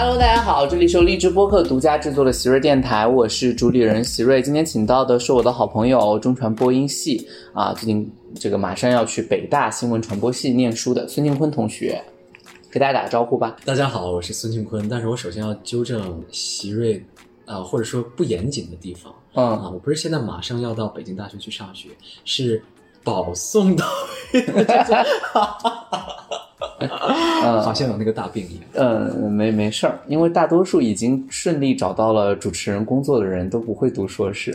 Hello， 大家好，这里是由荔枝播客独家制作的席瑞电台，我是主理人席瑞。今天请到的是我的好朋友中传播音系最近这个马上要去北大新闻传播系念书的孙庆坤同学，给大家打个招呼吧。 大家好，我是孙庆坤，但是我首先要纠正席瑞或者说不严谨的地方。我不是现在马上要到北京大学去上学，是保送到好像有那个大病一样。 没事儿，因为大多数已经顺利找到了主持人工作的人都不会读硕士。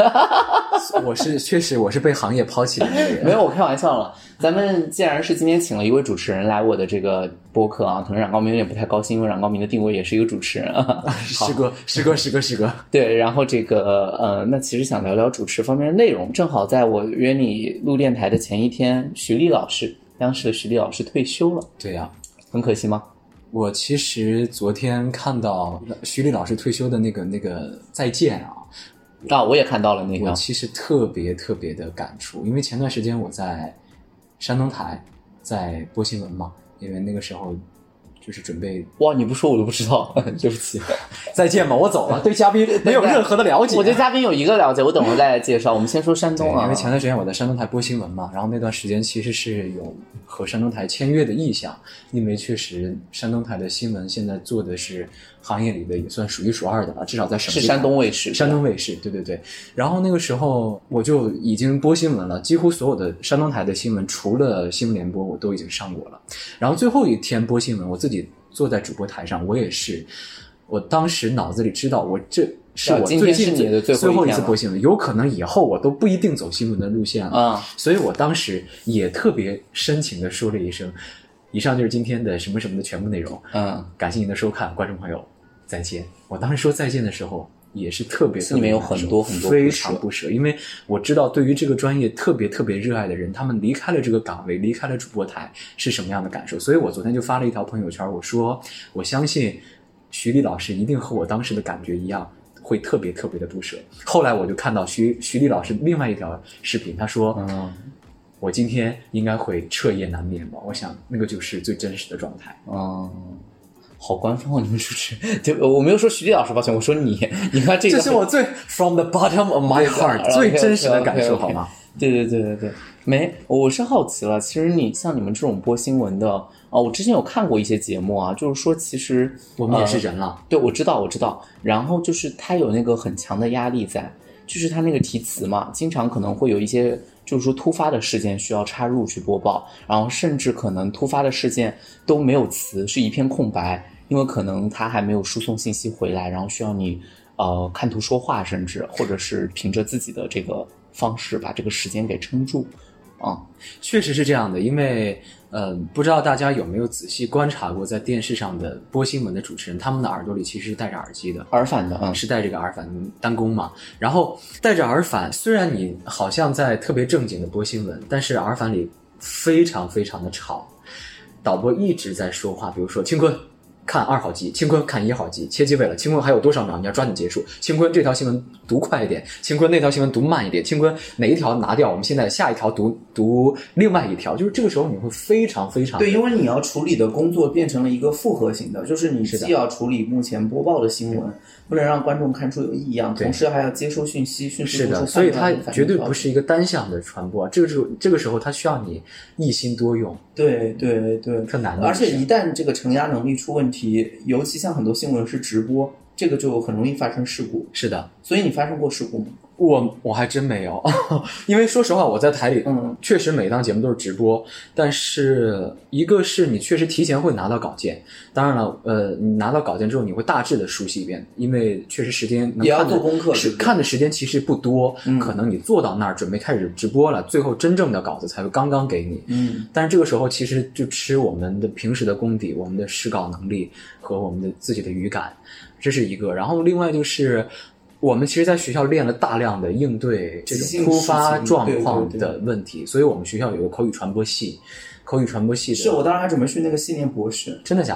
确实我是被行业抛弃的那个人。 没有，我开玩笑了。咱们既然是今天请了一位主持人来我的这个播客可能冉高明有点不太高兴，因为冉高明的定位也是一个主持人。 师哥。 对，然后这个那其实想聊聊主持方面的内容。正好在我约你录电台的前一天，央视的徐丽老师退休了。 对呀， 很可惜吗？ 我其实昨天看到徐丽老师退休的那个再见我也看到了那个。 我其实特别的感触，因为前段时间我在山东台在播新闻嘛，因为那个时候就是准备。 哇，你不说我都不知道，对不起。 再见吧，我走了，对嘉宾没有任何的了解。 我对嘉宾有一个了解，我等会儿再来介绍。我们先说山东因为前段时间我在山东台播新闻嘛，然后那段时间其实是有和山东台签约的意向，因为确实山东台的新闻现在做的是行业里的也算数一数二的了，至少在省是山东卫视。 对。然后那个时候我就已经播新闻了，几乎所有的山东台的新闻除了新闻联播我都已经上过了。然后最后一天播新闻，我自己坐在主播台上，我当时脑子里知道这是我最近最后一次播新闻，有可能以后我都不一定走新闻的路线了。所以我当时也特别深情地说了一声，以上就是今天的什么什么的全部内容。感谢您的收看，观众朋友再见。我当时说再见的时候也是特别里面有很多非常不舍，因为我知道对于这个专业特别热爱的人，他们离开了这个岗位，离开了主播台是什么样的感受。所以我昨天就发了一条朋友圈，我说我相信徐丽老师一定和我当时的感觉一样，会特别的不舍。后来我就看到徐丽老师另外一条视频，他说我今天应该会彻夜难眠吧。我想那个就是最真实的状态。 好官方，你们主持人。我没有说徐丽老师，抱歉，我说你看这个， 这是我最 from the bottom of my heart 最真实的感受，好吗？ 对，我是好奇了。其实像你们这种播新闻的我之前有看过一些节目就是说其实我们也是人了。 对，我知道。然后就是他有那个很强的压力在，就是他那个题词嘛，经常可能会有一些就是说突发的事件需要插入去播报，然后甚至可能突发的事件都没有词，是一片空白，因为可能他还没有输送信息回来，然后需要你看图说话，甚至或者是凭着自己的这个方式把这个时间给撑住。 确实是这样的，因为不知道大家有没有仔细观察过，在电视上的播新闻的主持人，他们的耳朵里其实是戴着耳机的， 耳返的， 是戴这个耳返单弓嘛。然后戴着耳返，虽然你好像在特别正经的播新闻，但是耳返里非常的吵，导播一直在说话，比如说清坤看2号机，清坤看1号机，切机位了，清坤还有多少秒，你要抓紧结束，清坤这条新闻读快一点，清坤那条新闻读慢一点，清坤哪一条拿掉，我们现在下一条读另外一条。就是这个时候你会非常对，因为你要处理的工作变成了一个复合型的，就是你既要处理目前播报的新闻，不能让观众看出有异样，同时还要接收讯息，迅速是的，所以它绝对不是一个单向的传播，这个时候它需要你一心多用。 对， 特难的。 而且一旦这个承压能力出问题，尤其像很多新闻是直播，这个就很容易发生事故。 是的。 所以你发生过事故吗？ 我还真没有。因为说实话我在台里确实每档节目都是直播，但是一个是你确实提前会拿到稿件，当然了你拿到稿件之后你会大致的熟悉一遍，因为确实时间也要做功课， 看的时间其实不多，可能你坐到那儿准备开始直播了，最后真正的稿子才会刚刚给你。但是这个时候其实就吃我们的平时的功底，我们的试稿能力和我们的自己的语感，这是一个。然后另外就是我们其实在学校练了大量的应对这种突发状况的问题，所以我们学校有个口语传播系的。 是我当时还准备去那个系念博士。 真的假的？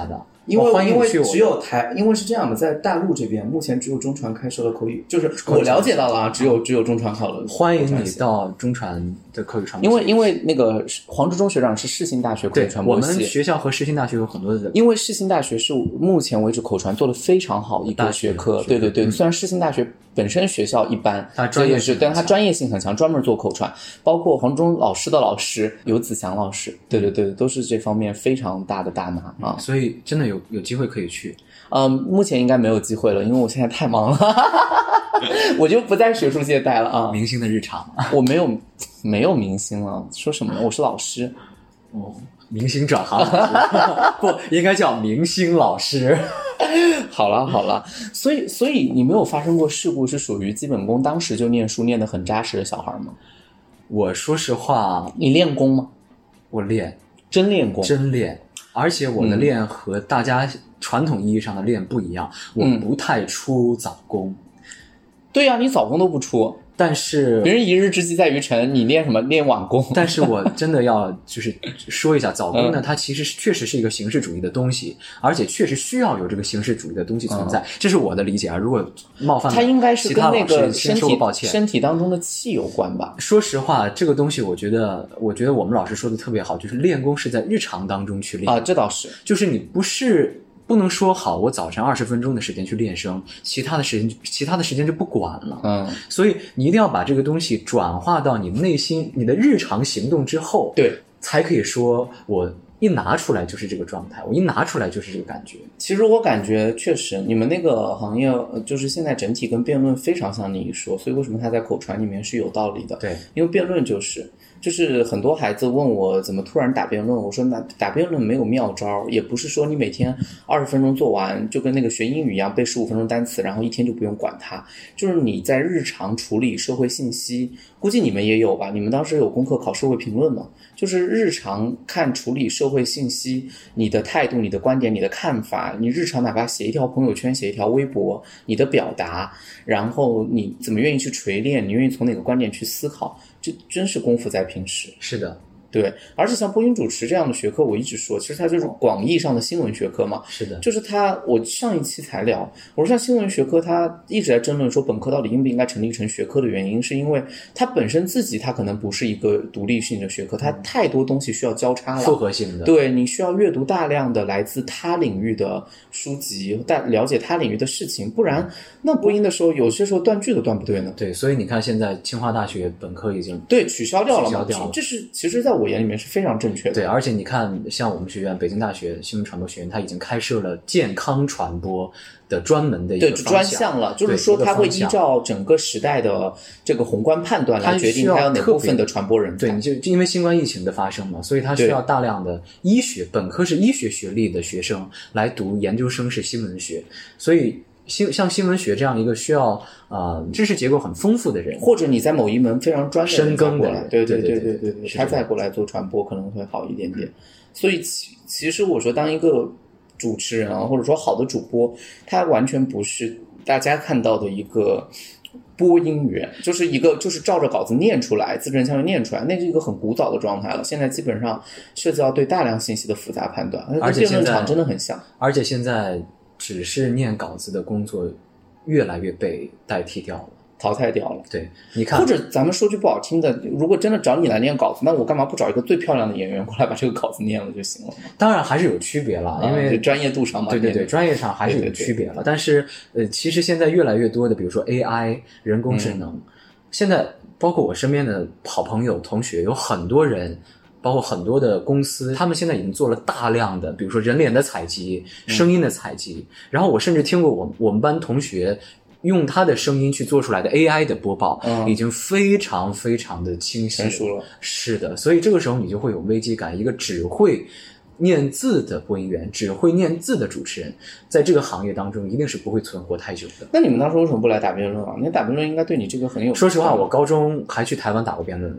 因为欢迎你去只有因为是这样的，在大陆这边目前只有中传开设了口语，就是我了解到了啊，只有中传考了。 欢迎你到中传的口语传播系。 因为那个黄志忠学长是世新大学口语传播系， 我们学校和世新大学有很多的。 因为世新大学是目前为止口传做得非常好一个学科，对对对。虽然世新大学本身学校一般， 它专业性， 但它专业性很强，专门做口传，包括黄志忠老师的老师游子祥老师，对对对，都是这方面非常大的大拿啊。 所以真的有机会可以去。 目前应该没有机会了，因为我现在太忙了，我就不在学术界待了啊。 明星的日常， 我没有明星了，说什么呢？我是老师。 哦，明星转行不应该叫明星老师。 好了，所以你没有发生过事故，是属于基本功当时就念书念得很扎实的小孩吗？ 我说实话， 你练功吗？ 我练， 真练功， 真练。而且我的练和大家传统意义上的练不一样，我不太出早功。 对呀，你早功都不出。 但是别人一日之计在于晨，你练什么？练晚功。 但是我真的要就是说一下，早功呢，它其实确实是一个形式主义的东西，而且确实需要有这个形式主义的东西存在，这是我的理解啊。如果冒犯了它应该是跟那个身体当中的气有关吧？ 说实话，这个东西我觉得我们老师说的特别好，就是练功是在日常当中去练啊，这倒是， 就是你不能说好，我早晨20分钟的时间去练声，其他的时间就不管了。所以你一定要把这个东西转化到你内心、你的日常行动之后， 对， 才可以说我一拿出来就是这个状态，我一拿出来就是这个感觉。 其实我感觉确实，你们那个行业就是现在整体跟辩论非常像你一说，所以为什么它在口传里面是有道理的？ 对， 因为辩论就是很多孩子问我怎么突然打辩论，我说那打辩论没有妙招，也不是说你每天20分钟做完就跟那个学英语一样背15分钟单词，然后一天就不用管它，就是你在日常处理社会信息，估计你们也有吧，你们当时有功课考社会评论吗？就是日常看处理社会信息，你的态度、你的观点、你的看法，你日常哪怕写一条朋友圈、写一条微博，你的表达，然后你怎么愿意去锤炼，你愿意从哪个观点去思考，这真是功夫在平时。 是的， 对，而且像播音主持这样的学科，我一直说，其实它就是广义上的新闻学科嘛。 是的， 就是我上一期才聊，我说像新闻学科，它一直在争论说本科到底应不应该成立成学科的原因，是因为它本身自己它可能不是一个独立性的学科，它太多东西需要交叉了， 复合性的。 对，你需要阅读大量的来自他领域的书籍，了解他领域的事情，不然那播音的时候有些时候断句都断不对呢。 对，所以你看现在清华大学本科已经取消掉了嘛，这是其实在我眼里面是非常正确的。 对，而且你看像我们学院北京大学新闻传播学院，它已经开设了健康传播的专门的一个专项了，就是说它会依照整个时代的这个宏观判断来决定它有哪部分的传播人才。 对，就因为新冠疫情的发生嘛，所以它需要大量的本科是医学学历的学生来读研究生是新闻学，所以像新闻学这样一个需要知识结构很丰富的人， 或者你在某一门非常专业深耕的人， 对，他再过来做传播可能会好一点点。所以其实我说当一个主持人啊，或者说好的主播，他完全不是大家看到的一个播音员，就是照着稿子念出来，字正腔圆念出来，那是一个很古早的状态了。现在基本上涉及到对大量信息的复杂判断， 而且辩论场真的很像。 而且现在只是念稿子的工作越来越被代替掉了， 淘汰掉了。 对，你看， 或者咱们说句不好听的，如果真的找你来念稿子，那我干嘛不找一个最漂亮的演员过来把这个稿子念了就行了嘛？ 当然还是有区别了，因为专业度上嘛。 对，专业上还是有区别了。但是其实现在越来越多的，比如说 AI 人工智能，现在包括我身边的好朋友、同学，有很多人。包括很多的公司，他们现在已经做了大量的，比如说人脸的采集、声音的采集。然后我甚至听过我们班同学用他的声音去做出来的 AI 的播报，已经非常非常的清晰成熟了。 是的，所以这个时候你就会有危机感。一个只会念字的播音员，只会念字的主持人，在这个行业当中一定是不会存活太久的。 那你们当时为什么不来打辩论啊？你打辩论应该对你这个很有。 说实话，我高中还去台湾打过辩论的。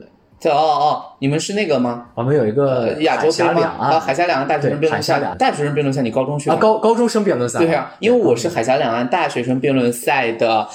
你们是那个吗？ 我们有一个亚洲杯吗？海峡两岸大学生辩论赛，大学生辩论赛你高中学吗？ 高中生辩论赛。 对啊，因为我是海峡两岸大学生辩论赛的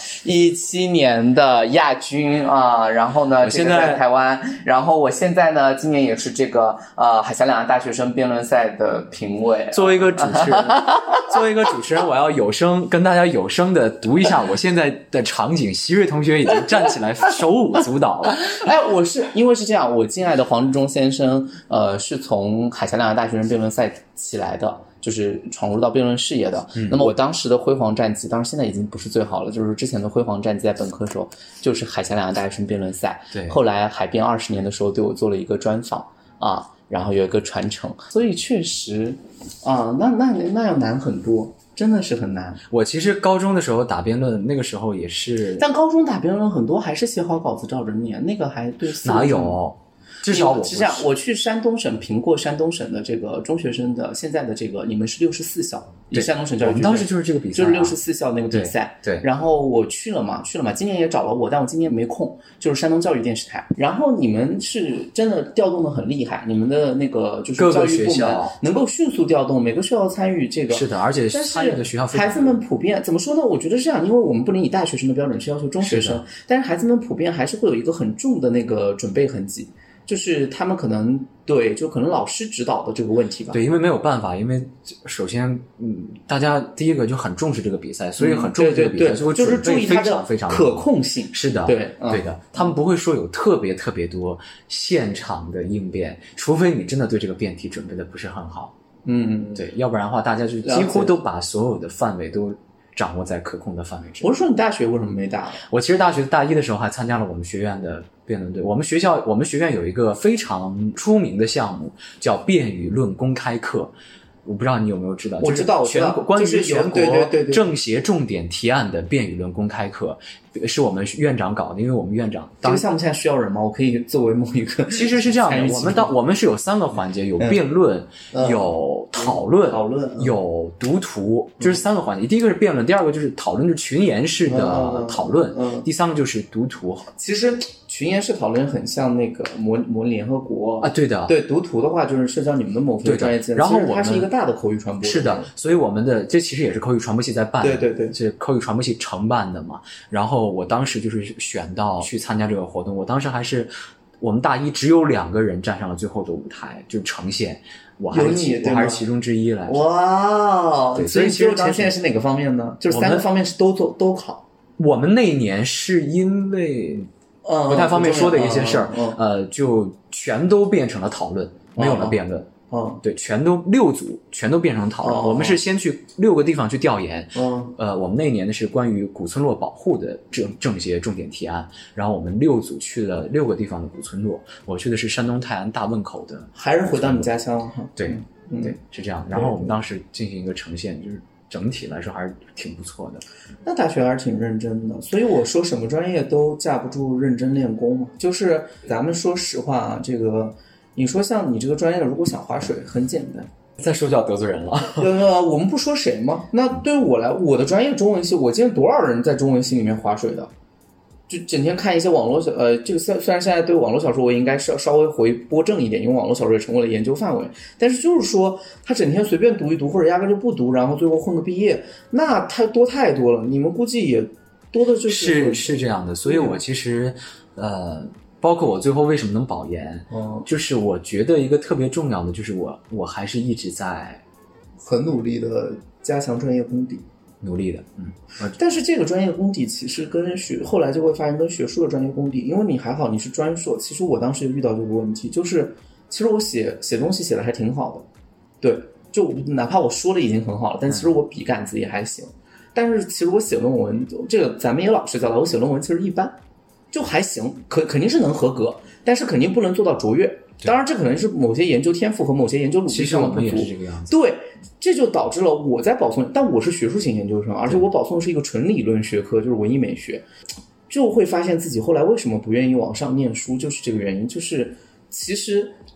17年的亚军啊，然后呢， 现在在台湾，然后我现在呢，今年也是这个海峡两岸大学生辩论赛的评委。 作为一个主持人，我要跟大家有声的读一下我现在的场景。希瑞同学已经站起来手舞足蹈了。 我是因为是这样，我敬爱的黄志忠先生，是从海峡两岸大学生辩论赛起来的，就是闯入到辩论事业的。那么我当时的辉煌战绩，当然现在已经不是最好了，就是之前的辉煌战绩在本科时候就是海峡两岸大学生辩论赛。 对， 后来海辩20年的时候对我做了一个专访啊，然后有一个传承，所以确实啊，那要难很多。真的是很难。 我其实高中的时候打辩论，那个时候也是， 但高中打辩论很多还是写好稿子照着念，那个还对。 哪有？至少我是这样，我去山东省评过山东省的这个中学生的现在的这个，你们是64校，以山东省教育局， 我们当时就是这个比赛， 就是64校那个比赛。 对。 然后我去了嘛，今年也找了我，但我今年没空，就是山东教育电视台。然后你们是真的调动的很厉害，你们的那个就是教育部门能够迅速调动，每个学校参与这个。 是的，而且参与的学校非常多。 孩子们普遍怎么说呢？我觉得是这样，因为我们不能以大学生的标准去要求中学生，但是孩子们普遍还是会有一个很重的那个准备痕迹。就是他们可能就可能老师指导的这个问题吧。 对，因为没有办法，因为首先，大家第一个就很重视这个比赛，所以很重视这个比赛， 就是注意它的可控性。 是的， 对的，他们不会说有特别多现场的应变，除非你真的对这个辩题准备的不是很好。对，要不然的话，大家就几乎都把所有的范围都掌握在可控的范围之内。 我是说你大学为什么没打？ 我其实大学大一的时候还参加了我们学院的辩论队。我们学院有一个非常出名的项目叫辩语论公开课，我不知道你有没有知道？ 我知道， 关于全国政协重点提案的辩语论公开课，是我们院长搞的。因为我们院长这个项目现在需要人吗？我可以作为某一个。 其实是这样的，我们是有3个环节，有辩论，有讨论，有读图，就是3个环节。第一个是辩论，第2个就是讨论，就是群言式的讨论，第3个就是读图。 其实群言式讨论很像那个模拟联合国啊，对的。 对，读图的话就是涉及到你们的某些专业技能， 然后它是一个大的口语传播。 是的，所以我们的这其实也是口语传播系在办的， 对， 是口语传播系承办的嘛。然后我当时就是选到去参加这个活动，我当时还是我们大一只有2个人站上了最后的舞台，就呈现。我还是其中之一来。 哇， 对， 所以其实呈现是哪个方面呢？就是3个方面是都考。 我们那一年是因为不太方便说的一些事儿，就全都变成了讨论，没有了辩论。对，全都6组全都变成讨论。我们是先去6个地方去调研。我们那一年的是关于古村落保护的政协重点提案，然后我们6组去了6个地方的古村落。我去的是山东泰安大汶口的， 还是回到你家乡哈？ 对，对，是这样。然后我们当时进行一个呈现，就是整体来说还是挺不错的。 那大学还是挺认真的，所以我说什么专业都架不住认真练功嘛。就是咱们说实话啊，这个你说像你这个专业如果想划水很简单， 再说就要得罪人了。 我们不说谁嘛。那对于我来，我的专业中文系，我见多少人在中文系里面划水的，就整天看一些网络这个虽然现在对网络小说我应该稍微回拨正一点，因为网络小说也成为了研究范围，但是就是说他整天随便读一读，或者压根就不读，然后最后混个毕业，那太多了。你们估计也多的是这样的。所以我其实包括我最后为什么能保研，就是我觉得一个特别重要的就是我还是一直在很努力的加强专业功底， 努力的。 但是这个专业功底其实跟后来就会发现跟学术的专业功底，因为你还好你是专硕，其实我当时就遇到这个问题，就是其实我写东西写的还挺好的，对，就哪怕我说的已经很好了，但其实我笔杆子也还行。但是其实我写论文，这个咱们也老师教导我写论文其实一般，就还行，肯定是能合格，但是肯定不能做到卓越。当然这可能是某些研究天赋和某些研究努力上的不足。 其实我们也是这个样子。 对，这就导致了我在保送，但我是学术型研究生，而且我保送的是一个纯理论学科，就是文艺美学，就会发现自己后来为什么不愿意往上念书，就是这个原因。就是其实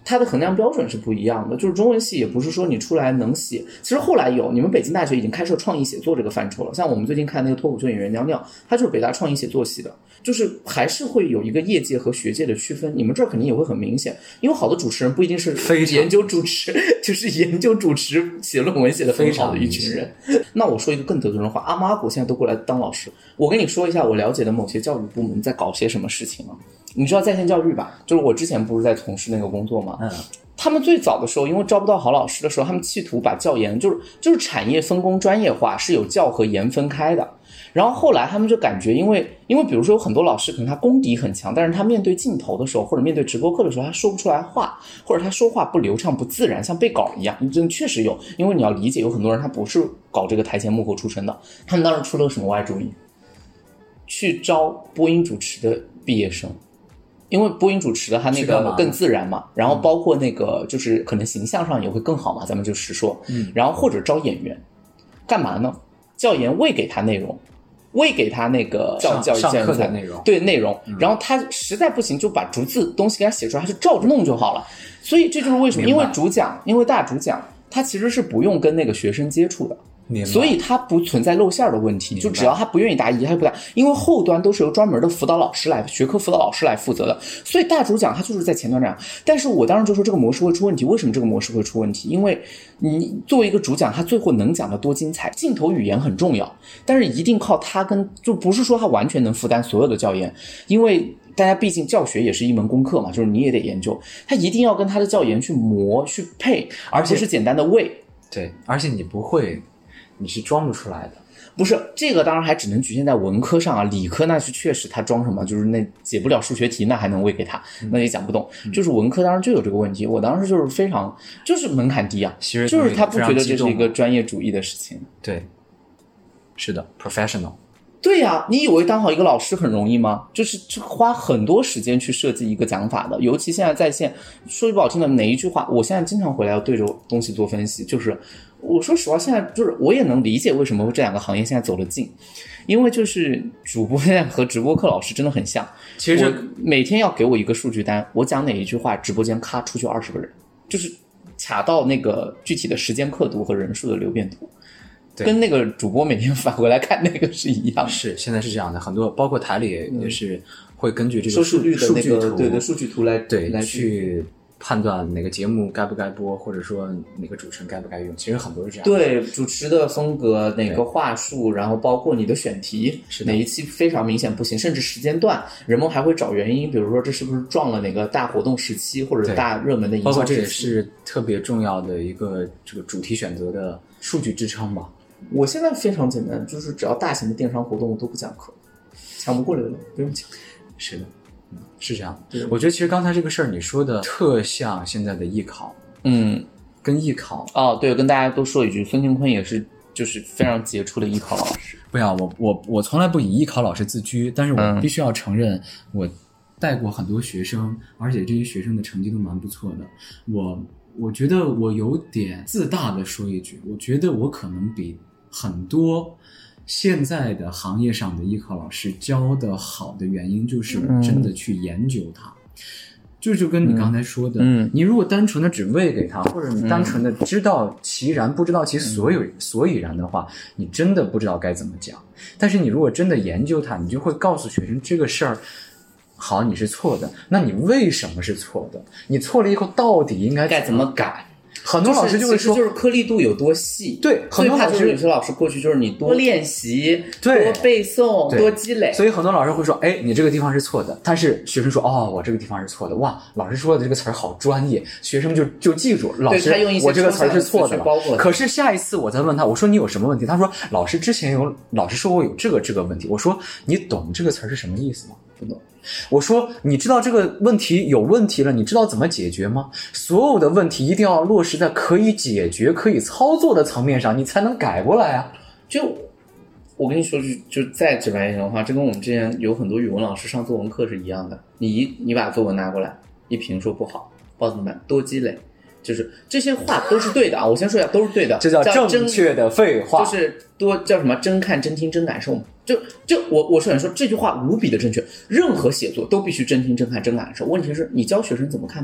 它的衡量标准是不一样的，就是中文系也不是说你出来能写，其实后来有你们北京大学已经开设创意写作这个范畴了，像我们最近看那个脱口秀演员娘娘，她就是北大创意写作系的，就是还是会有一个业界和学界的区分，你们这儿肯定也会很明显，因为好的主持人不一定是研究主持，就是研究主持写论文写的非常好的一群人。那我说一个更得罪人的话，阿猫阿狗现在都过来当老师，我跟你说一下我了解的某些教育部门在搞些什么事情啊。你知道在线教育吧？就是我之前不是在从事那个工作吗？他们最早的时候，因为招不到好老师的时候，他们企图把教研就是产业分工专业化，是有教和研分开的。然后后来他们就感觉，因为比如说有很多老师可能他功底很强，但是他面对镜头的时候，或者面对直播课的时候，他说不出来话，或者他说话不流畅不自然，像背稿一样。真的确实有，因为你要理解，有很多人他不是搞这个台前幕后出身的。他们当时出了个什么歪主意？去招播音主持的毕业生。因为播音主持的他那个更自然嘛，然后包括那个就是可能形象上也会更好嘛，咱们就实说。然后或者招演员，干嘛呢？教研喂给他内容，喂给他那个教育上课的内容， 对内容，然后他实在不行就把逐字东西给他写出来，他就照着弄就好了。所以这就是为什么，因为大主讲他其实是不用跟那个学生接触的。所以他不存在露馅的问题，就只要他不愿意答疑，他就不答，因为后端都是由专门的辅导老师来学科辅导老师来负责的，所以大主讲他就是在前端这样。但是我当时就说这个模式会出问题，为什么这个模式会出问题？因为你作为一个主讲，他最后能讲的多精彩，镜头语言很重要，但是一定靠他就不是说他完全能负担所有的教研，因为大家毕竟教学也是一门功课嘛，就是你也得研究，他一定要跟他的教研去磨去配，而不是简单的喂。 对，而且你不会。你是装不出来的， 不是这个，当然还只能局限在文科上啊。理科那是确实他装什么，就是那解不了数学题，那还能喂给他，那也讲不动。就是文科当然就有这个问题，我当时就是非常就是门槛低啊，就是他不觉得这是一个专业主义的事情。 对，是的 ，professional。 对呀，你以为当好一个老师很容易吗？就是花很多时间去设计一个讲法的，尤其现在在线，说句不好听的，哪一句话，我现在经常回来要对着东西做分析，就是我说实话，现在就是我也能理解为什么这两个行业现在走得近，因为就是主播现在和直播课老师真的很像。其实每天要给我一个数据单，我讲哪一句话，直播间咔出去20个人，就是卡到那个具体的时间刻度和人数的流变图。跟那个主播每天返回来看那个是一样的。 是，现在是这样的，很多包括台里也是会根据这个收视率的那个对的数据图来去判断哪个节目该不该播，或者说哪个主持人该不该用。其实很多是这样的。 对，主持的风格，哪个话术，然后包括你的选题，哪一期非常明显不行，甚至时间段，人们还会找原因，比如说这是不是撞了哪个大活动时期或者大热门的营销时期。 包括这也是特别重要的一个这个主题选择的数据支撑吧。 我现在非常简单，就是只要大型的电商活动我都不讲课，抢不过来了，不用讲。 是的，是这样的。我觉得其实刚才这个事儿你说的特像现在的艺考，跟艺考对，跟大家都说一句，孙庆坤也是就是非常杰出的艺考老师。 不要，我从来不以艺考老师自居，但是我必须要承认，我带过很多学生，而且这些学生的成绩都蛮不错的。我觉得我有点自大的说一句，我觉得我可能比很多现在的行业上的艺考老师教的好的原因，就是我真的去研究它。就跟你刚才说的，你如果单纯的只喂给他，或者你单纯的知道其然不知道其所以然的话，你真的不知道该怎么讲。但是你如果真的研究它，你就会告诉学生这个事儿好，你是错的，那你为什么是错的？你错了以后到底应该怎么改？ 很多老师就会说， 就是颗粒度有多细。 对，很多老师有些老师过去就是你多练习，多背诵，多积累。 所以很多老师会说，哎，你这个地方是错的。但是学生说，我这个地方是错的。哇，老师说的这个词儿好专业，学生就记住，老师我这个词儿是错的。可是下一次我再问他，我说你有什么问题？他说老师之前老师说我有这个问题。我说你懂这个词儿是什么意思吗？不懂。我说你知道这个问题有问题了，你知道怎么解决吗？所有的问题一定要落实在可以解决可以操作的层面上，你才能改过来啊。 就我跟你说就再直白一点的话，这跟我们之前有很多语文老师上作文课是一样的。你把作文拿过来一评说不好，不知道怎么办，多积累，就是这些话都是对的啊。我先说一下，都是对的， 这叫正确的废话， 就是多叫什么真看真听真感受嘛。我首先说这句话无比的正确，任何写作都必须真听真看真感受。问题是你教学生怎么看呢？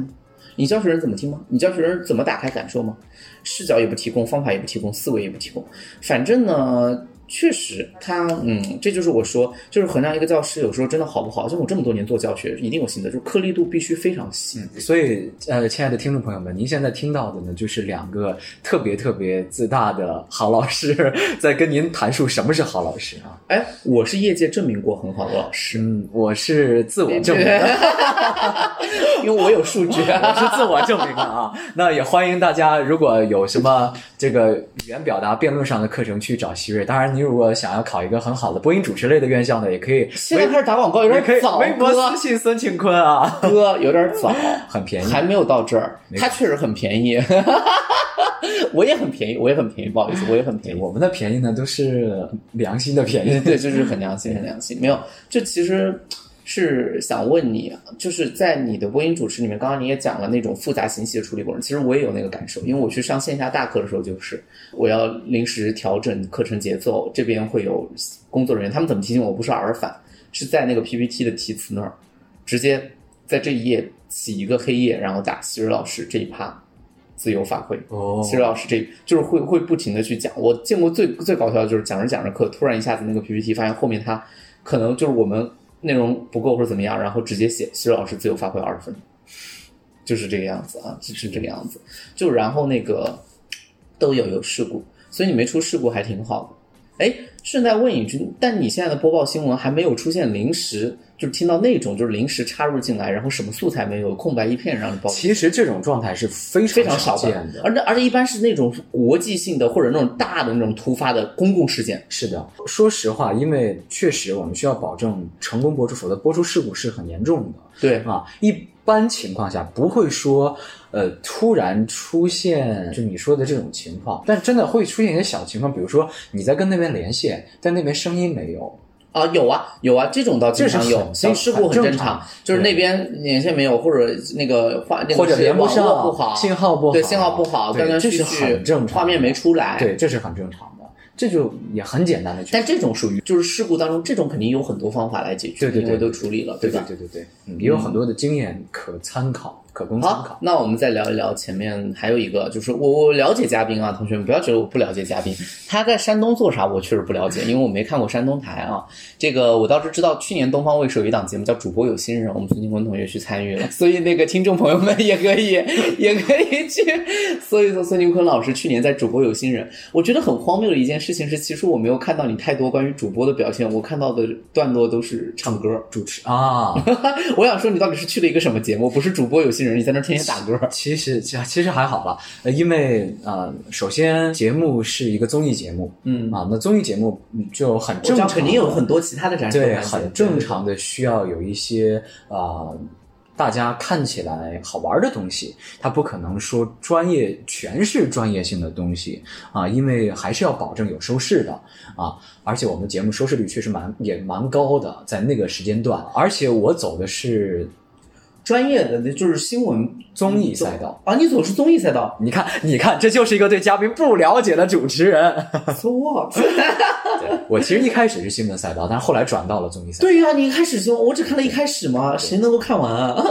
你教学人怎么听吗？你教学人怎么打开感受吗？视角也不提供，方法也不提供，思维也不提供。反正呢，确实他这就是我说，就是衡量一个教师有时候真的好不好，像我这么多年做教学，一定有心得，就是颗粒度必须非常细。 所以亲爱的听众朋友们，您现在听到的呢，就是两个特别特别自大的好老师在跟您谈述什么是好老师啊。 哎，我是业界证明过很好的老师， 我是自我证明的因为我有数据我是自我证明的啊。那也欢迎大家，如果有什么这个语言表达辩论上的课程去找希瑞。当然，你如果想要考一个很好的播音主持类的院校呢，也可以。 现在开始打广告有点早， 微博私信孙庆坤啊， 哥有点早， 很便宜， 还没有到这儿，他确实很便宜。我也很便宜，不好意思，我也很便宜。 我们的便宜呢，都是良心的便宜， 对，就是很良心，很良心。没有，这其实是想问你，就是在你的播音主持里面，刚刚你也讲了那种复杂信息的处理过程，其实我也有那个感受，因为我去上线下大课的时候，就是我要临时调整课程节奏，这边会有工作人员，他们怎么提醒我不是耳返，是在那个 PPT 的题词那儿，直接在这一页起一个黑页，然后打希瑞老师这一趴自由发挥。希瑞老师这就是会不停的去讲。我见过最搞笑的就是讲着讲着课，突然一下子那个 PPT 发现后面他可能就是我们内容不够或者怎么样，然后直接写希瑞老师自由发挥20分，就是这个样子啊，就是这个样子。就然后那个都有事故，所以你没出事故还挺好的。哎，顺带问一句，但你现在的播报新闻还没有出现临时，就是听到那种就是临时插入进来，然后什么素材没有，空白一片让你报。 其实这种状态是非常少见的， 而且一般是那种国际性的或者那种大的那种突发的公共事件。 是的，说实话，因为确实我们需要保证成功播出，否则播出事故是很严重的。 对啊，一般情况下不会说突然出现就你说的这种情况，但真的会出现一些小情况，比如说你在跟那边连线，但那边声音没有啊，有啊，这种倒经常有，小事故很正常，就是那边连线没有，或者那个或者连不上， 不好， 信号不好， 对，信号不好，断断续续， 这是很正常， 画面没出来， 对，这是很正常的。这就也很简单的， 但这种属于就是事故当中，这种肯定有很多方法来解决， 对， 因为都处理了， 对吧？ 对，也有很多的经验可参考。可供参考。 好，那我们再聊一聊前面还有一个，就是我了解嘉宾啊，同学们不要觉得我不了解嘉宾，他在山东做啥我确实不了解，因为我没看过山东台啊。这个我倒是知道，去年东方卫视有一档节目叫《主播有新人》，我们孙庆坤同学去参与了，所以那个听众朋友们也可以去搜一搜孙庆坤老师去年在《主播有新人》。我觉得很荒谬的一件事情是，其实我没有看到你太多关于主播的表现，我看到的段落都是唱歌主持啊。 我想说你到底是去了一个什么节目？不是主播有新人，你在那天天打歌。 其实还好吧，因为首先节目是一个综艺节目，那综艺节目就很正常， 肯定有很多其他的展示， 对，很正常的需要有一些大家看起来好玩的东西，它不可能说全是专业性的东西啊，因为还是要保证有收视的啊，而且我们节目收视率确实也蛮高的，在那个时间段，而且我走的是专业的，就是新闻综艺赛道啊！你走是综艺赛道， 你看，这就是一个对嘉宾不了解的主持人。 So what？ 我其实一开始是新闻赛道，但是后来转到了综艺赛道。 对呀，你一开始新闻，我只看了一开始嘛，谁能够看完啊？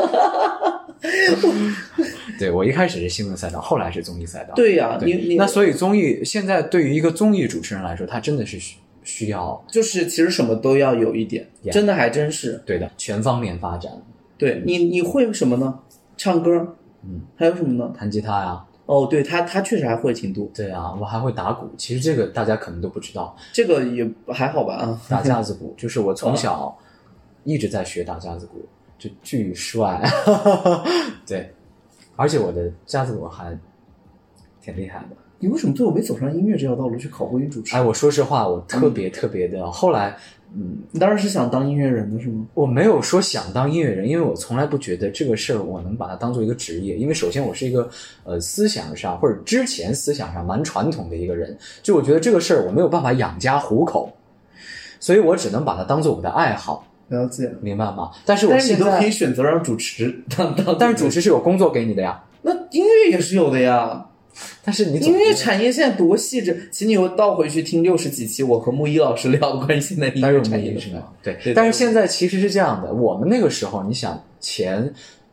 对，我一开始是新闻赛道，后来是综艺赛道。 对呀， 那所以综艺现在对于一个综艺主持人来说，他真的是需要， 就是其实什么都要有一点，真的还真是对的，全方面发展。 对你会什么呢？唱歌，还有什么呢？ 弹吉他呀。 哦，对，他确实还会挺多。 对啊，我还会打鼓，其实这个大家可能都不知道。 这个也还好吧啊， 打架子鼓，就是我从小一直在学打架子鼓，就巨帅。对，而且我的架子鼓还挺厉害的。 你为什么最后没走上音乐这条道路去考播音主持？ 哎，我说实话，我特别的，后来你当然是想当音乐人的是吗？ 我没有说想当音乐人，因为我从来不觉得这个事儿我能把它当做一个职业。因为首先我是一个思想上或者之前思想上蛮传统的一个人，就我觉得这个事儿我没有办法养家糊口，所以我只能把它当做我的爱好。 了解， 明白吗？但是我现在你都可以选择让主持当， 但是主持是有工作给你的呀。 那音乐也是有的呀。 但是你音乐产业现在多细致，请你又倒回去听60几期我和木一老师聊的关于现在音乐产业是吧？对，但是现在其实是这样的，我们那个时候你想前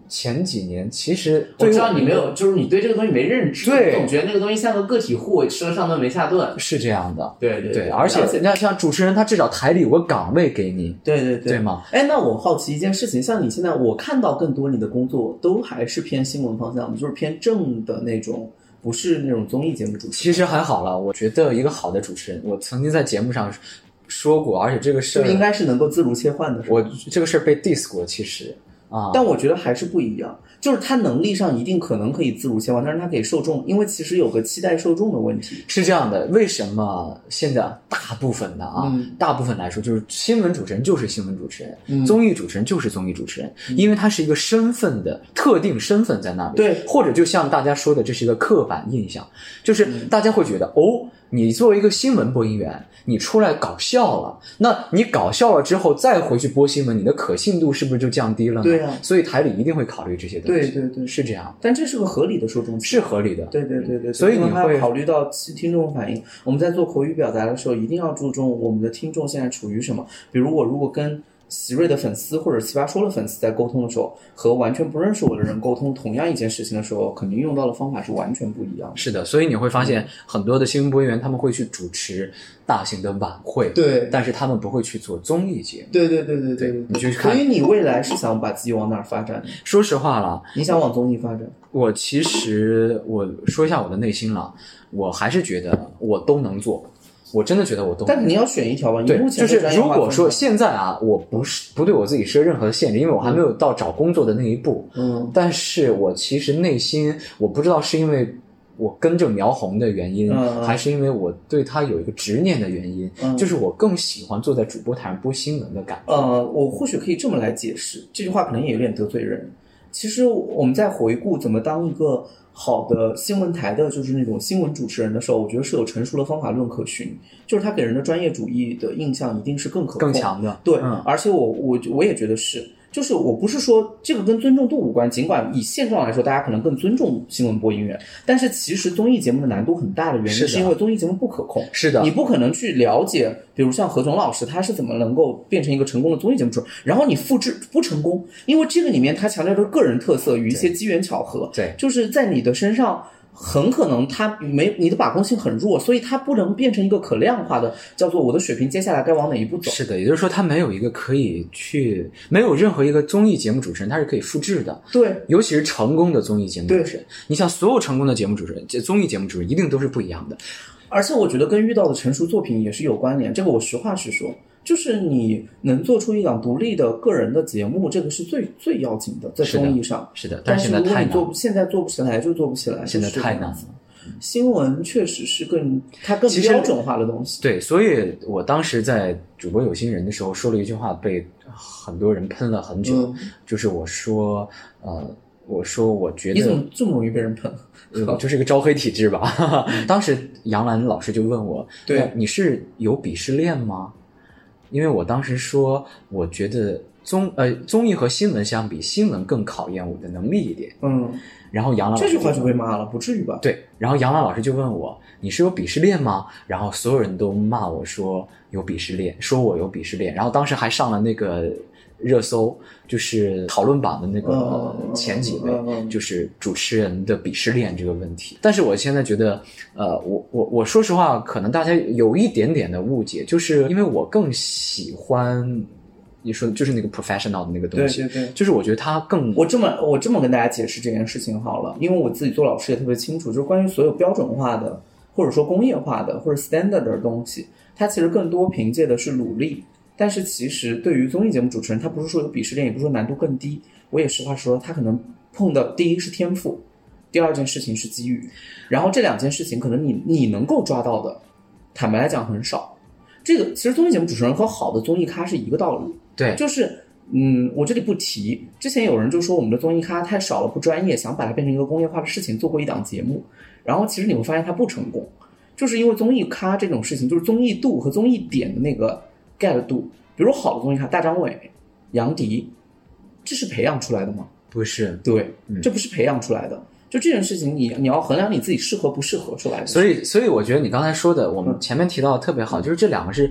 前几年其实我知道你没有，就是你对这个东西没认知， 对， 总觉得那个东西像个个体户，吃了上顿没下顿， 是这样的。 对对对，而且你看，像主持人，他至少台里有个岗位给你， 对对对， 对吗？ 哎，那我好奇一件事情，像你现在，我看到更多你的工作都还是偏新闻方向的，就是偏正的那种。不是那种综艺节目主持人， 其实还好了。我觉得一个好的主持人，我曾经在节目上说过，而且这个事就应该是能够自如切换的。 我这个事儿被 diss 过，其实啊， 但我觉得还是不一样。就是他能力上一定可能可以自如切换，但是他给受众，因为其实有个期待受众的问题。 是这样的，为什么现在大部分的大部分来说，就是新闻主持人就是新闻主持人，综艺主持人就是综艺主持人，因为他是一个身份的特定身份在那里。 对， 或者就像大家说的，这是一个刻板印象，就是大家会觉得你作为一个新闻播音员，你出来搞笑了，那你搞笑了之后再回去播新闻，你的可信度是不是就降低了呢？ 对啊， 所以台里一定会考虑这些东西。 对对对， 是这样。 但这是个合理的受众， 是合理的。 对对对对， 所以你会考虑到听众反应。我们在做口语表达的时候，一定要注重我们的听众现在处于什么。比如我如果跟席瑞的粉丝或者奇葩说的粉丝在沟通的时候，和完全不认识我的人沟通同样一件事情的时候，肯定用到的方法是完全不一样的。 是的，所以你会发现很多的新闻播音员他们会去主持大型的晚会， 对， 但是他们不会去做综艺节目。 对对对对对， 你去看。 所以你未来是想把自己往哪儿发展？ 说实话了， 你想往综艺发展？ 我其实我说一下我的内心了，我还是觉得我都能做。我真的觉得我都， 但肯定要选一条吧。 对，就是如果说现在我不对我自己设任何的限制，因为我还没有到找工作的那一步。但是我其实内心我不知道是因为我跟着苗红的原因，还是因为我对他有一个执念的原因，就是我更喜欢坐在主播台上播新闻的感觉。 我或许可以这么来解释，这句话可能也有点得罪人。其实我们在回顾怎么当一个好的新闻台的就是那种新闻主持人的时候，我觉得是有成熟的方法论可循，就是他给人的专业主义的印象一定是更可控更强的。 对，而且我也觉得是，就是我不是说这个跟尊重度无关，尽管以现状来说大家可能更尊重新闻播音员，但是其实综艺节目的难度很大的原因是因为综艺节目不可控。 是的， 你不可能去了解比如像何炅老师他是怎么能够变成一个成功的综艺节目主持人，然后你复制不成功，因为这个里面他强调的是个人特色与一些机缘巧合。 对， 就是在你的身上很可能他你的把控性很弱，所以他不能变成一个可量化的叫做我的水平接下来该往哪一步走。 是的，也就是说他没有一个可以去，没有任何一个综艺节目主持人他是可以复制的。 对， 尤其是成功的综艺节目主持人，你像所有成功的节目主持人，综艺节目主持人一定都是不一样的。 而且我觉得跟遇到的成熟作品也是有关联，这个我实话实说，就是你能做出一档独立的个人的节目，这个是最要紧的，在综艺上。 是的， 但是现在太难了。 现在做不起来就做不起来， 现在太难了。 新闻确实是更标准化的东西。 对，所以我当时在主播有心人的时候说了一句话，被很多人喷了很久，就是我说我觉得你怎么这么容易被人喷？ 就是一个招黑体质吧。当时杨澜老师就问我， 对， 你是有鄙视链吗？因为我当时说，我觉得综艺和新闻相比，新闻更考验我的能力一点。然后杨澜这句话就被骂了，不至于吧？ 对，然后杨澜老师就问我，你是有鄙视链吗？然后所有人都骂我说有鄙视链，说我有鄙视链。然后当时还上了那个热搜，就是讨论榜的那个前几位，就是主持人的鄙视链这个问题。但是我现在觉得我说实话，可能大家有一点点的误解，就是因为我更喜欢你说的就是那个 professional 的那个东西。 对对对， 就是我觉得它更我这么跟大家解释这件事情好了，因为我自己做老师也特别清楚，就是关于所有标准化的或者说工业化的或者 standard 的东西，它其实更多凭借的是努力。但是其实对于综艺节目主持人，他不是说有鄙视链，也不是说难度更低，我也实话实说，他可能碰的第一是天赋，第二件事情是机遇，然后这两件事情可能你能够抓到的，坦白来讲很少。这个其实综艺节目主持人和好的综艺咖是一个道理。 对， 就是我这里不提，之前有人就说我们的综艺咖太少了，不专业，想把它变成一个工业化的事情，做过一档节目，然后其实你会发现它不成功，就是因为综艺咖这种事情，就是综艺度和综艺点的那个 get 度，比如好的综艺咖，大张伟、杨迪，这是培养出来的吗？ 不是， 对，这不是培养出来的。就这件事情你要衡量你自己适合不适合出来的。 所以我觉得你刚才说的，我们前面提到的特别好，就是这两个是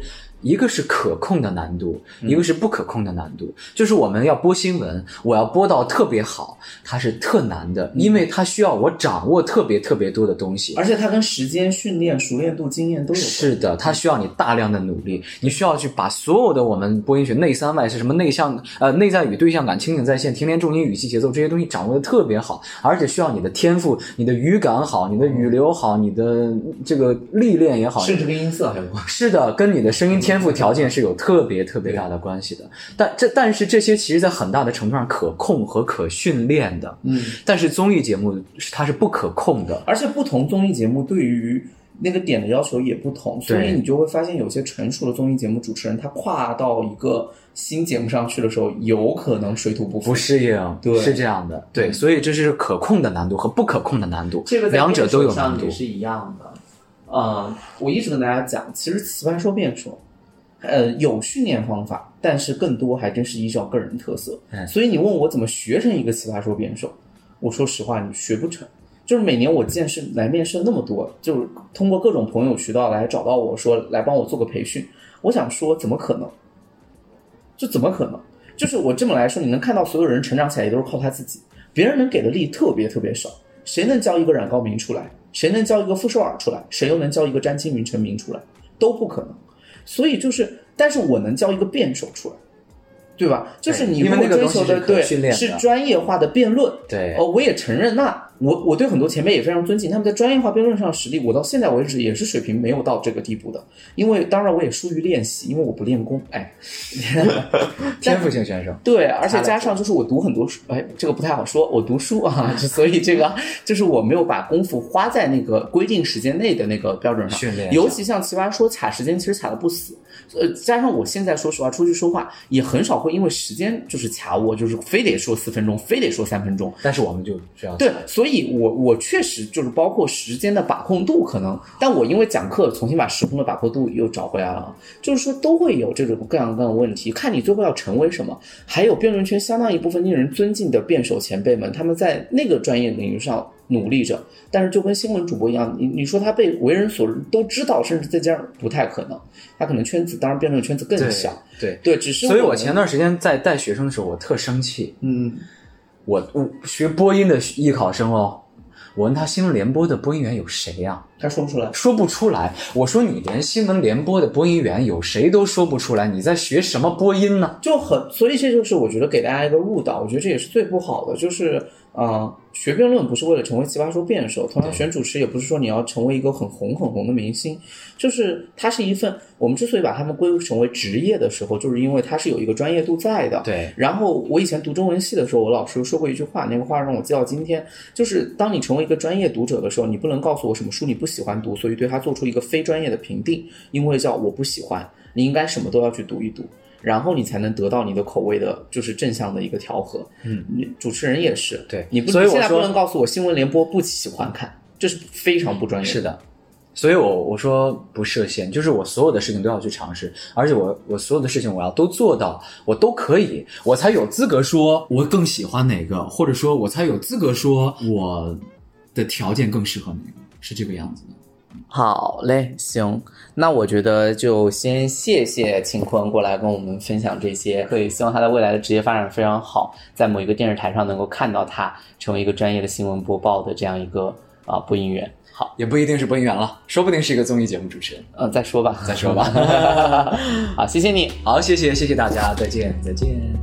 一个是可控的难度，一个是不可控的难度。就是我们要播新闻，我要播到特别好，它是特难的，因为它需要我掌握特别特别多的东西， 而且它跟时间、训练、熟练度、经验都有关。 是的，它需要你大量的努力，你需要去把所有的我们播音学内三外是什么内在语、对象感、情景再现、停连、重音、语气、节奏这些东西掌握的特别好，而且需要你的天赋、你的语感好、你的语流好、你的这个历练也好， 甚至跟音色还有关系。 是的，跟你的声音天赋条件是有特别特别大的关系的。但是这些其实在很大的程度上可控和可训练的。但是综艺节目它是不可控的， 而且不同综艺节目对于那个点的要求也不同，所以你就会发现有些成熟的综艺节目主持人他跨到一个新节目上去的时候，有可能水土不服， 不适应， 对， 是这样的，对，所以这是可控的难度和不可控的难度， 这个两者都有难度， 也是一样的。我一直跟大家讲，其实奇葩说辩手，有训练方法，但是更多还真是依照个人特色。所以你问我怎么学成一个奇葩说辩手，我说实话，你学不成。就是每年我来面试那么多，就是通过各种朋友渠道来找到我说来帮我做个培训，我想说怎么可能？就怎么可能？就是我这么来说，你能看到所有人成长起来也都是靠他自己，别人能给的力特别特别少。谁能教一个冉高明出来？谁能教一个傅首尔出来？谁又能教一个詹青云陈明出来？都不可能。所以就是，但是我能教一个辩手出来，对吧？就是你如果追求的对是专业化的辩论， 对， 我也承认，那我对很多前辈也非常尊敬，他们在专业化辩论上的实力，我到现在为止也是水平没有到这个地步的。因为当然我也疏于练习，因为我不练功， 天赋性选手。 对，而且加上就是我读很多书，这个不太好说，我读书啊，所以这个就是我没有把功夫花在那个规定时间内的那个标准上训练， 尤其像奇葩说卡时间，其实卡的不死。加上我现在说实话出去说话也很少会因为时间就是卡我，就是非得说4分钟，非得说3分钟。 但是我们就是要对，所以我确实就是包括时间的把控度可能，但我因为讲课重新把时空的把控度又找回来了，就是说都会有这种各样各样的问题，看你最后要成为什么。还有辩论圈相当一部分令人尊敬的辩手前辈们，他们在那个专业领域上努力着，但是就跟新闻主播一样，你说他被为人所都知道，甚至再加上不太可能，他可能圈子，当然辩论圈子更小，对，只是所以我前段时间在带学生的时候，我特生气，我学播音的艺考生哦，我问他新闻联播的播音员有谁呀？ 他说不出来， 说不出来。我说你连新闻联播的播音员有谁都说不出来，你在学什么播音呢？ 所以这就是我觉得给大家一个误导，我觉得这也是最不好的，就是学辩论不是为了成为奇葩说辩手，同样选主持也不是说你要成为一个很红的明星，就是它是一份，我们之所以把他们归成为职业的时候，就是因为它是有一个专业度在的。 对。 然后我以前读中文系的时候，我老师说过一句话，那个话让我记到今天，就是当你成为一个专业读者的时候，你不能告诉我什么书你不喜欢读，所以对它做出一个非专业的评定，因为叫我不喜欢，你应该什么都要去读一读，然后你才能得到你的口味的就是正向的一个调和。主持人也是， 对， 你现在不能告诉我新闻联播不喜欢看，这是非常不专业的。 是的，所以我说不设限，就是我所有的事情都要去尝试，而且我所有的事情我要都做到，我都可以，我才有资格说我更喜欢哪个，或者说我才有资格说我的条件更适合哪个，是这个样子的。 好嘞，行，那我觉得就先谢谢秦坤过来跟我们分享这些，可以希望他在未来的职业发展非常好，在某一个电视台上能够看到他成为一个专业的新闻播报的这样一个播音员。好， 也不一定是播音员了，说不定是一个综艺节目主持人。 再说吧。 再说吧。 好，谢谢你。 好，谢谢大家，再见。